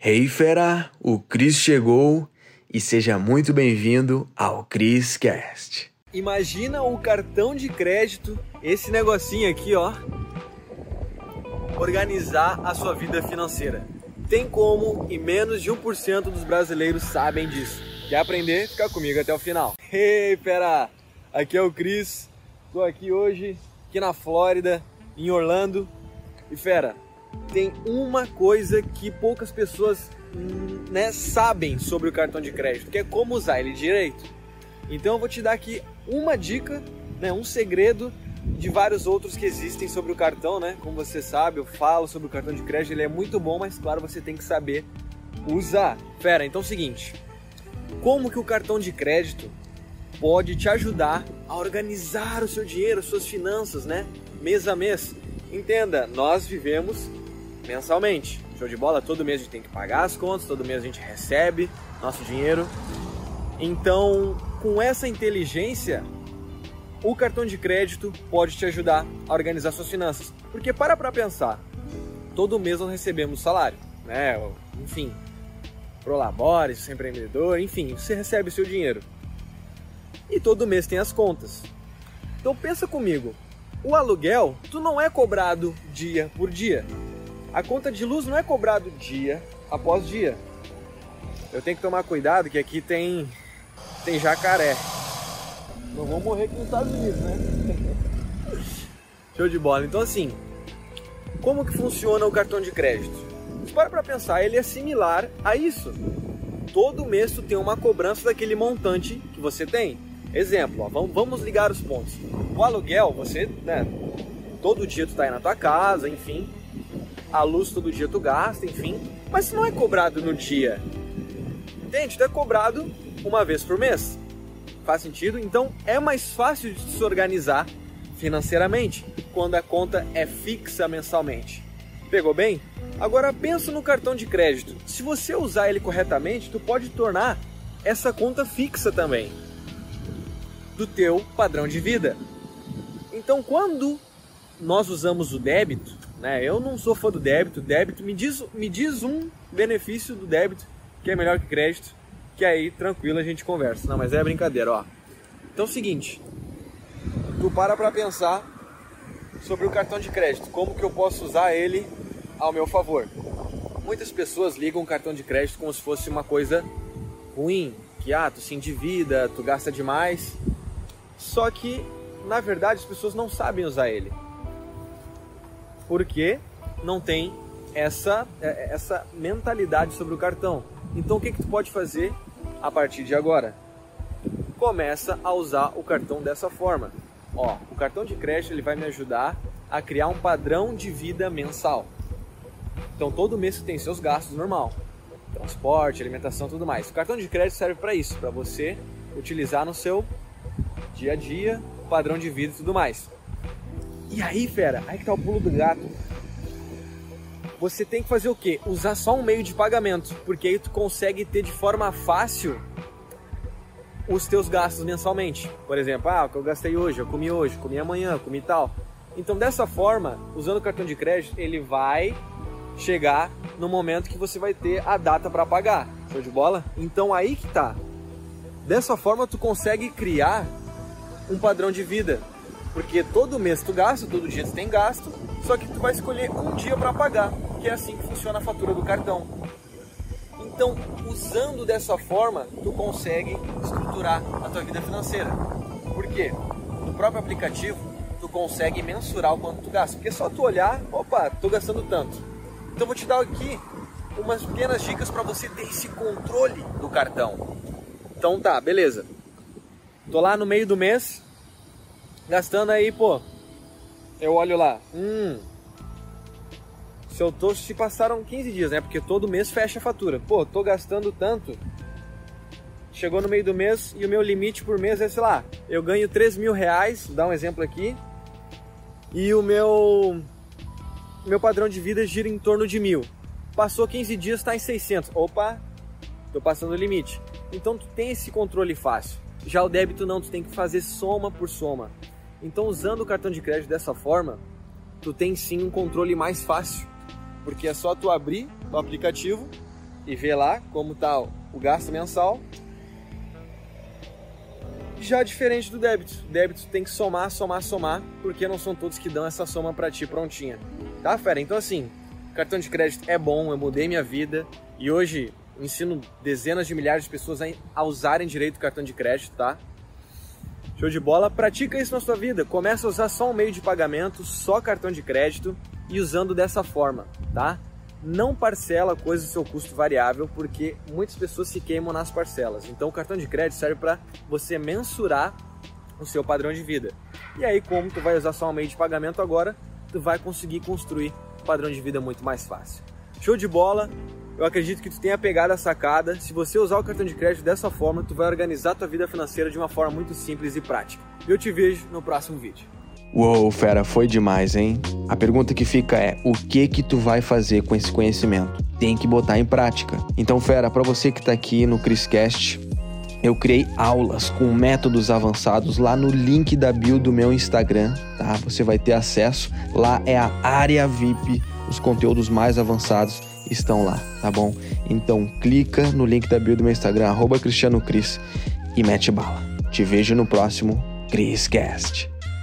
Hey fera, o Cris chegou e seja muito bem-vindo ao CrisCast. Imagina o cartão de crédito, esse negocinho aqui, ó, organizar a sua vida financeira. Tem como e menos de 1% dos brasileiros sabem disso. Quer aprender? Fica comigo até o final. Hey fera, aqui é o Cris, tô aqui hoje, aqui na Flórida, em Orlando. E fera, tem uma coisa que poucas pessoas sabem sobre o cartão de crédito, que é como usar ele direito. Então eu vou te dar aqui uma dica, um segredo de vários outros que existem sobre o cartão, Como você sabe, eu falo sobre o cartão de crédito, ele é muito bom, mas claro, você tem que saber usar. Fera, então é o seguinte, como que o cartão de crédito pode te ajudar a organizar o seu dinheiro, as suas finanças, mês a mês? Entenda, nós vivemos mensalmente. Show de bola? Todo mês a gente tem que pagar as contas, todo mês a gente recebe nosso dinheiro. Então, com essa inteligência, o cartão de crédito pode te ajudar a organizar suas finanças. Porque para pensar, todo mês nós recebemos salário, Enfim, prolabore, você é empreendedor, enfim, você recebe o seu dinheiro. E todo mês tem as contas. Então pensa comigo, o aluguel, tu não é cobrado dia por dia. A conta de luz não é cobrado dia após dia. Eu tenho que tomar cuidado que aqui tem jacaré. Não vou morrer aqui nos Estados Unidos, Show de bola. Então assim, como que funciona o cartão de crédito? Para pra pensar, ele é similar a isso. Todo mês tu tem uma cobrança daquele montante que você tem. Exemplo, ó, vamos ligar os pontos. O aluguel, você, todo dia tu tá aí na tua casa, enfim. A luz todo dia tu gasta, enfim. Mas não é cobrado no dia. Entende? Tu é cobrado uma vez por mês. Faz sentido? Então é mais fácil de se organizar financeiramente quando a conta é fixa mensalmente. Pegou bem? Agora pensa no cartão de crédito. Se você usar ele corretamente, tu pode tornar essa conta fixa também do teu padrão de vida. Então quando nós usamos o débito, eu não sou fã do débito, me diz um benefício do débito que é melhor que crédito, que aí tranquilo a gente conversa. Não, mas é brincadeira, ó. Então é o seguinte, tu para pensar sobre o cartão de crédito, como que eu posso usar ele ao meu favor. Muitas pessoas ligam o cartão de crédito como se fosse uma coisa ruim, que tu se endivida, tu gasta demais. Só que, na verdade, as pessoas não sabem usar ele. Porque não tem essa mentalidade sobre o cartão. Então o que tu pode fazer a partir de agora? Começa a usar o cartão dessa forma. Ó, o cartão de crédito ele vai me ajudar a criar um padrão de vida mensal. Então todo mês você tem seus gastos normal. Transporte, alimentação, tudo mais. O cartão de crédito serve para isso, para você utilizar no seu dia a dia, padrão de vida e tudo mais. E aí, fera, aí que tá o pulo do gato. Você tem que fazer o quê? Usar só um meio de pagamento, porque aí tu consegue ter de forma fácil os teus gastos mensalmente. Por exemplo, o que eu gastei hoje, comi amanhã, comi tal. Então dessa forma, usando o cartão de crédito, ele vai chegar no momento que você vai ter a data para pagar. Show de bola? Então aí que tá. Dessa forma tu consegue criar um padrão de vida. Porque todo mês tu gasta, todo dia tu tem gasto, só que tu vai escolher um dia para pagar, que é assim que funciona a fatura do cartão. Então, usando dessa forma, tu consegue estruturar a tua vida financeira. Por quê? No próprio aplicativo, tu consegue mensurar o quanto tu gasta. Porque é só tu olhar, opa, tô gastando tanto. Então, vou te dar aqui umas pequenas dicas para você ter esse controle do cartão. Então tá, beleza. Tô lá no meio do mês, gastando aí, eu olho lá, se passaram 15 dias, porque todo mês fecha a fatura. Tô gastando tanto, chegou no meio do mês e o meu limite por mês é, sei lá, eu ganho 3 mil reais, vou dar um exemplo aqui, e o meu padrão de vida gira em torno de 1.000. Passou 15 dias, está em 600. Opa, tô passando o limite. Então tu tem esse controle fácil. Já o débito não, tu tem que fazer soma por soma. Então usando o cartão de crédito dessa forma, tu tem sim um controle mais fácil. Porque é só tu abrir o aplicativo e ver lá como tá o gasto mensal. Já diferente do débito. O débito tem que somar, porque não são todos que dão essa soma pra ti prontinha. Tá, fera? Então assim, cartão de crédito é bom, eu mudei minha vida e hoje ensino dezenas de milhares de pessoas a usarem direito o cartão de crédito, tá? Show de bola? Pratica isso na sua vida. Começa a usar só um meio de pagamento, só cartão de crédito e usando dessa forma, tá? Não parcela coisas do seu custo variável, porque muitas pessoas se queimam nas parcelas. Então o cartão de crédito serve para você mensurar o seu padrão de vida. E aí, como tu vai usar só um meio de pagamento agora, tu vai conseguir construir um padrão de vida muito mais fácil. Show de bola? Eu acredito que tu tenha pegado a sacada. Se você usar o cartão de crédito dessa forma, tu vai organizar a tua vida financeira de uma forma muito simples e prática. Eu te vejo no próximo vídeo. Uou, fera, foi demais, hein? A pergunta que fica é, o que tu vai fazer com esse conhecimento? Tem que botar em prática. Então, fera, para você que tá aqui no ChrisCast, eu criei aulas com métodos avançados lá no link da bio do meu Instagram, tá? Você vai ter acesso. Lá é a área VIP, os conteúdos mais avançados estão lá, tá bom? Então, clica no link da bio do meu Instagram, @CristianoCris, e mete bala. Te vejo no próximo ChrisCast.